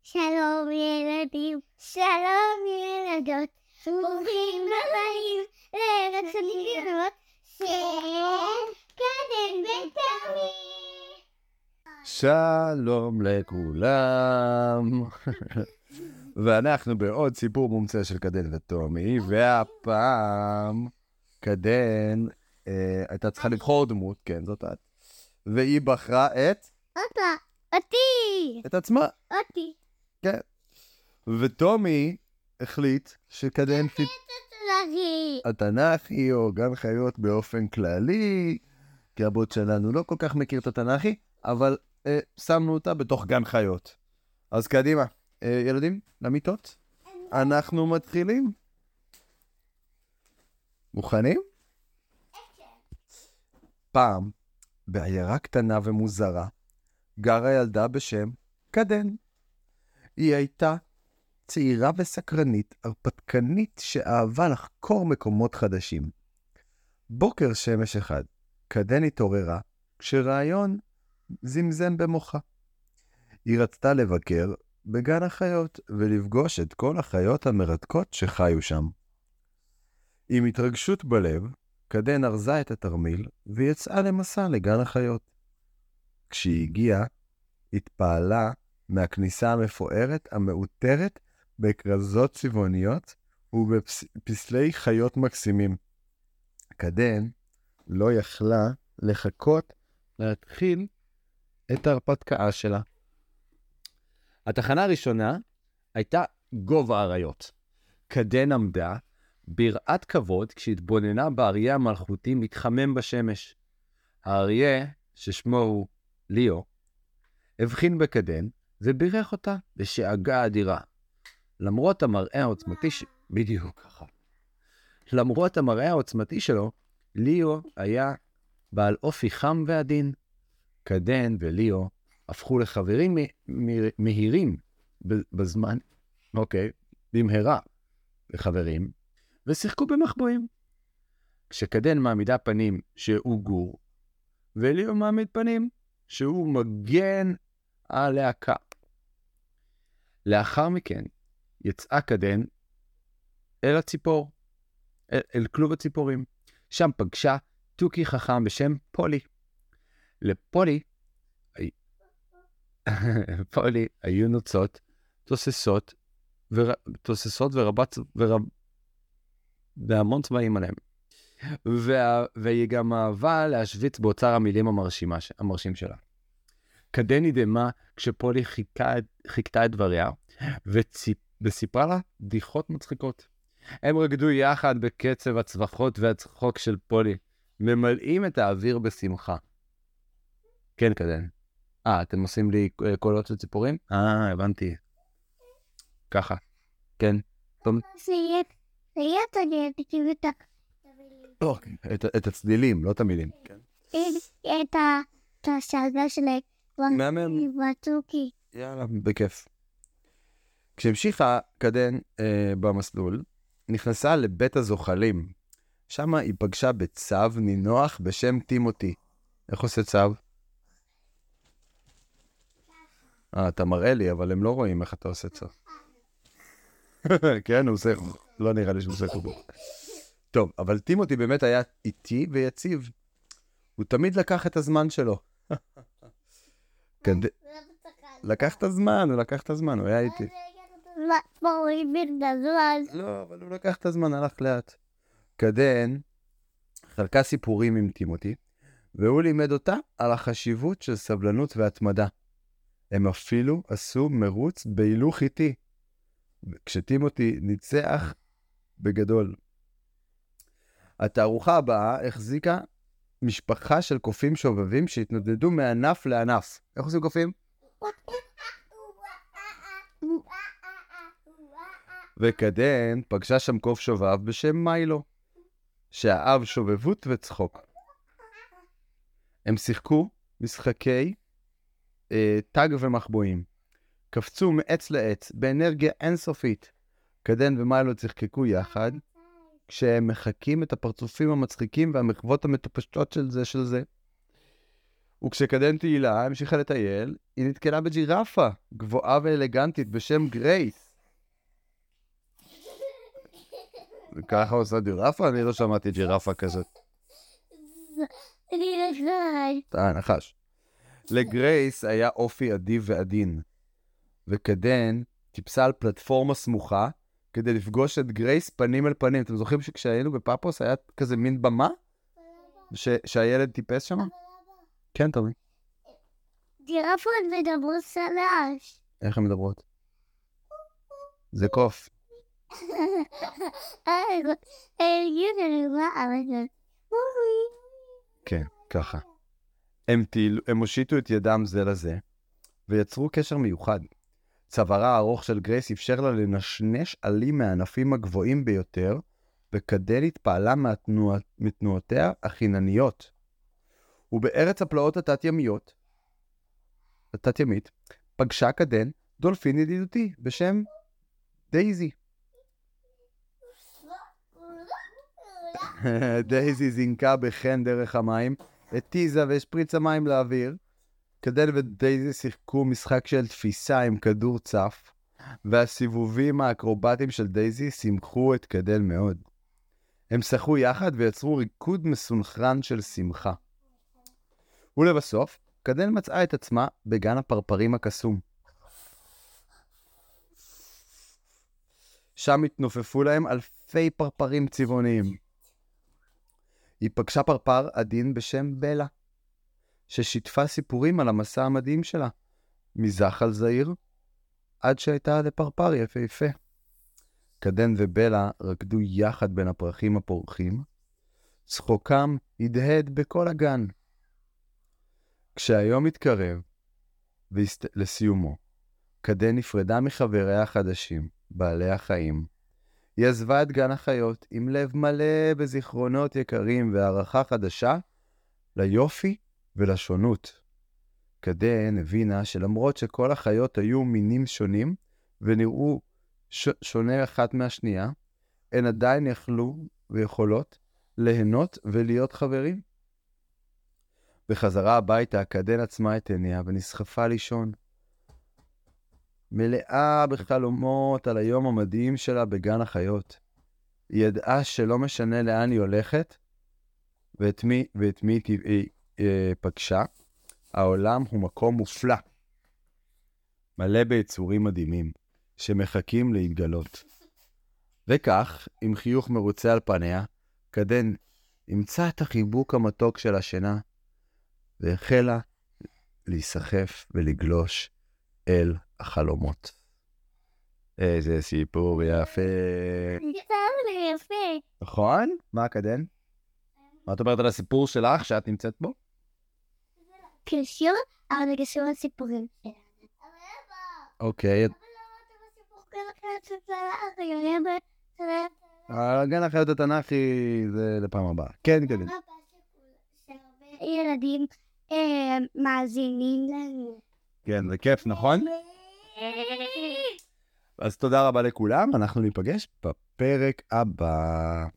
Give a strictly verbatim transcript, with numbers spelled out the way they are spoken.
שלום ילדים, שלום ילדות, ברוכים הבאים לארץ הנפלאות של קדם ותמי. שלום לכולם. ואנחנו בעוד סיפור מומצא של קדן וטומי, והפעם קדן אה, הייתה צריכה לבחור דמות, כן, זאת את. והיא בחרה את... אותה, אותי, את עצמה. אותי. כן. וטומי החליט שקדן תת... תתלכי. התנ"כי או גן חיות באופן כללי, כי הבוט שלנו לא כל כך מכיר את התנ"כי, אבל אה, שמנו אותה בתוך גן חיות. אז קדימה, אה, ילדים, למיטות. אנחנו מתחילים. מוכנים? פעם, בעיירה קטנה ומוזרה, גרה ילדה בשם קדן. היא הייתה צעירה וסקרנית, הרפתקנית שאהבה לחקור מקומות חדשים. בוקר שמש אחד, קדן התעוררה כשרעיון זמזם במוחה. היא רצתה לבקר בגן החיות ולפגוש את כל החיות המרתקות שחיו שם. עם התרגשות בלב, קדן ארזה את התרמיל ויצאה למסע לגן החיות. כשהיא הגיעה, התפעלה מהכניסה המפוארת המאותרת בכרזות צבעוניות ובפסלי חיות מקסימים. קדן לא יכלה לחכות להתחיל את ההרפתקה שלה. התחנה הראשונה הייתה גובה האריות. קדן עמדה ביראת כבוד כשהתבוננה באריה המלכותי מתחמם בשמש. האריה, ששמו הוא ליאו, הבחין בקדן ובירך אותה בשאגה אדירה. למרות המראה העוצמתי ש... בדיוק ככה. למרות המראה העוצמתי שלו, ליאו היה בעל אופי חם ועדין. קדן וליאו הפכו לחברים מהירים בזמן, אוקיי, במהרה לחברים, ושיחקו במחבואים. כשקדן מעמידה פנים שהוא גור, וליאו מעמיד פנים שהוא מגן הלהקה. לאחר מכן יצאה קדן אל הציפור, אל, אל כלוב הציפורים. שם פגשה תוכי חכם בשם פולי. לפולי פולי היו נוצות תוססות ור... תוססות ורבת ורב... והמון צבעים עליהם. וה... והיא גם אהבה להשוויץ באוצר המילים המרשימה... המרשים שלה. קדן נדהמה כשפולי חיכה... חיכתה את דבריה וציפ... וסיפרה לה בדיחות מצחיקות. הם רקדו יחד בקצב הצווחות והצחוק של פולי, ממלאים את האוויר בשמחה. כן, קדן. אה, אתם עושים לי קולות של ציפורים? אה, הבנתי. ככה. כן. זה יהיה, זה יהיה תגיד, תגיד את ה... לא, את הצלילים, לא את המילים. את השאגה שלהם. מהמם. בתוכי. יאללה, בכיף. כשהמשיכה קדן אה, במסלול, נכנסה לבית הזוחלים. שם היא פגשה בצב נינוח בשם טימותי. איך עושה צב? אה, אתה מראה לי, אבל הם לא רואים איך אתה עושה צב. כן, הוא עושה... לא נראה לי שהוא עושה חובור. טוב, אבל טימותי באמת היה איטי ויציב. הוא תמיד לקח את הזמן שלו. לקח את הזמן, הוא לקח את הזמן, הוא היה איטי. לא, אבל הוא לקח את הזמן, הלך לאט. קדן חלקה סיפורים עם טימותי, והוא לימד אותה על החשיבות של סבלנות והתמדה. הם אפילו עשו מרוץ בהילוך איטי, כשטימותי ניצח בגדול. התערוכה הבאה החזיקה משפחה של קופים שובבים שהתנודדו מענף לענף. איך עושים קופים? וקדן פגשה שם קוף שובב בשם מיילו, שאהב שובבות וצחוק. הם שיחקו משחקי אה, טג ומחבואים. קפצו מעץ לעץ באנרגיה אינסופית. קדן ומיילו צחקקו יחד, כשהם מחקים את הפרצופים המצחיקים והמחוות המטופשות של זה של זה. וכשקדן תהילה המשיכה לטייל, היא נתקלה בג'ירפה, גבוהה ואלגנטית בשם גרייס. ככה עושה ג'ירפה? אני לא שמעתי ג'ירפה כזאת. אני נחש. אה, נחש. לגרייס היה אופי אדיב ועדין, וקדן טיפסה על פלטפורמה סמוכה כדי לפגוש את גרייס פנים אל פנים. אתם זוכרים שכשהיינו בפאפוס היה כזה מין במה? ש- שהילד טיפס שם? כן, תומי. ג'ירפות מדברות סלש. איך הן מדברות? זה קוף. כן, ככה. הם, טיל, הם הושיטו את ידם זה לזה, ויצרו קשר מיוחד. צווארה הארוך של גרייס אפשר לה לנשנש עלים מהענפים הגבוהים ביותר, וקדן התפעלה מהתנוע... מתנועותיה החינניות. ובארץ הפלאות התת-ימיות, התת-ימית, פגשה קדן דולפין ידידותי בשם דייזי. דייזי זינקה בחן דרך המים, התיזה והשפריצה מים לאוויר. קדן ודייזי שיחקו משחק של תפיסה עם כדור צף, והסיבובים האקרובטיים של דייזי שימחו את קדן מאוד. הם שחו יחד ויצרו ריקוד מסונכרן של שמחה. ולבסוף, קדן מצאה את עצמה בגן הפרפרים הקסום. שם התנופפו להם אלפי פרפרים צבעוניים. היא פגשה פרפר עדין בשם בלה, ששיתפה סיפורים על המסע המדהים שלה, מזחל זעיר עד שהייתה לפרפר יפהפה. קדן ובלה רקדו יחד בין הפרחים הפורחים, צחוקם הדהד בכל הגן. כשהיום התקרב והסת... לסיומו, קדן נפרדה מחבריה החדשים, בעלי החיים. היא עזבה את גן החיות עם לב מלא בזיכרונות יקרים והערכה חדשה ליופי ולשונות. קדן הבינה שלמרות שכל החיות היו מינים שונים ונראו ש... שונה אחת מהשנייה, הן עדיין יכלו ויכולות ליהנות ולהיות חברים. בחזרה הביתה, קדן עצמה את עיניה ונסחפה לישון. מלאה בחלומות על היום המדהים שלה בגן החיות. היא ידעה שלא משנה לאן היא הולכת, ואת מי, ואת מי היא אה, פגשה, העולם הוא מקום מופלא, מלא ביצורים מדהימים, שמחכים להתגלות. וכך, עם חיוך מרוצה על פניה, קדן ימצא את החיבוק המתוק של השינה, והחלה להיסחף ולגלוש אל החלומות. איזה סיפור יפה. זה יפה. נכון? מה קדן? מה את אומרת על הסיפור שלך שאת נמצאת בו? קשור, אבל זה קשור לסיפורים שלנו. אוקיי. אבל הגן החיות התנ"כי זה לפעם הבאה. כן, קדן. ילדים מאזינים לנו. כן, זה כיף, נכון? אז תודה רבה לכולם, אנחנו ניפגש בפרק הבא.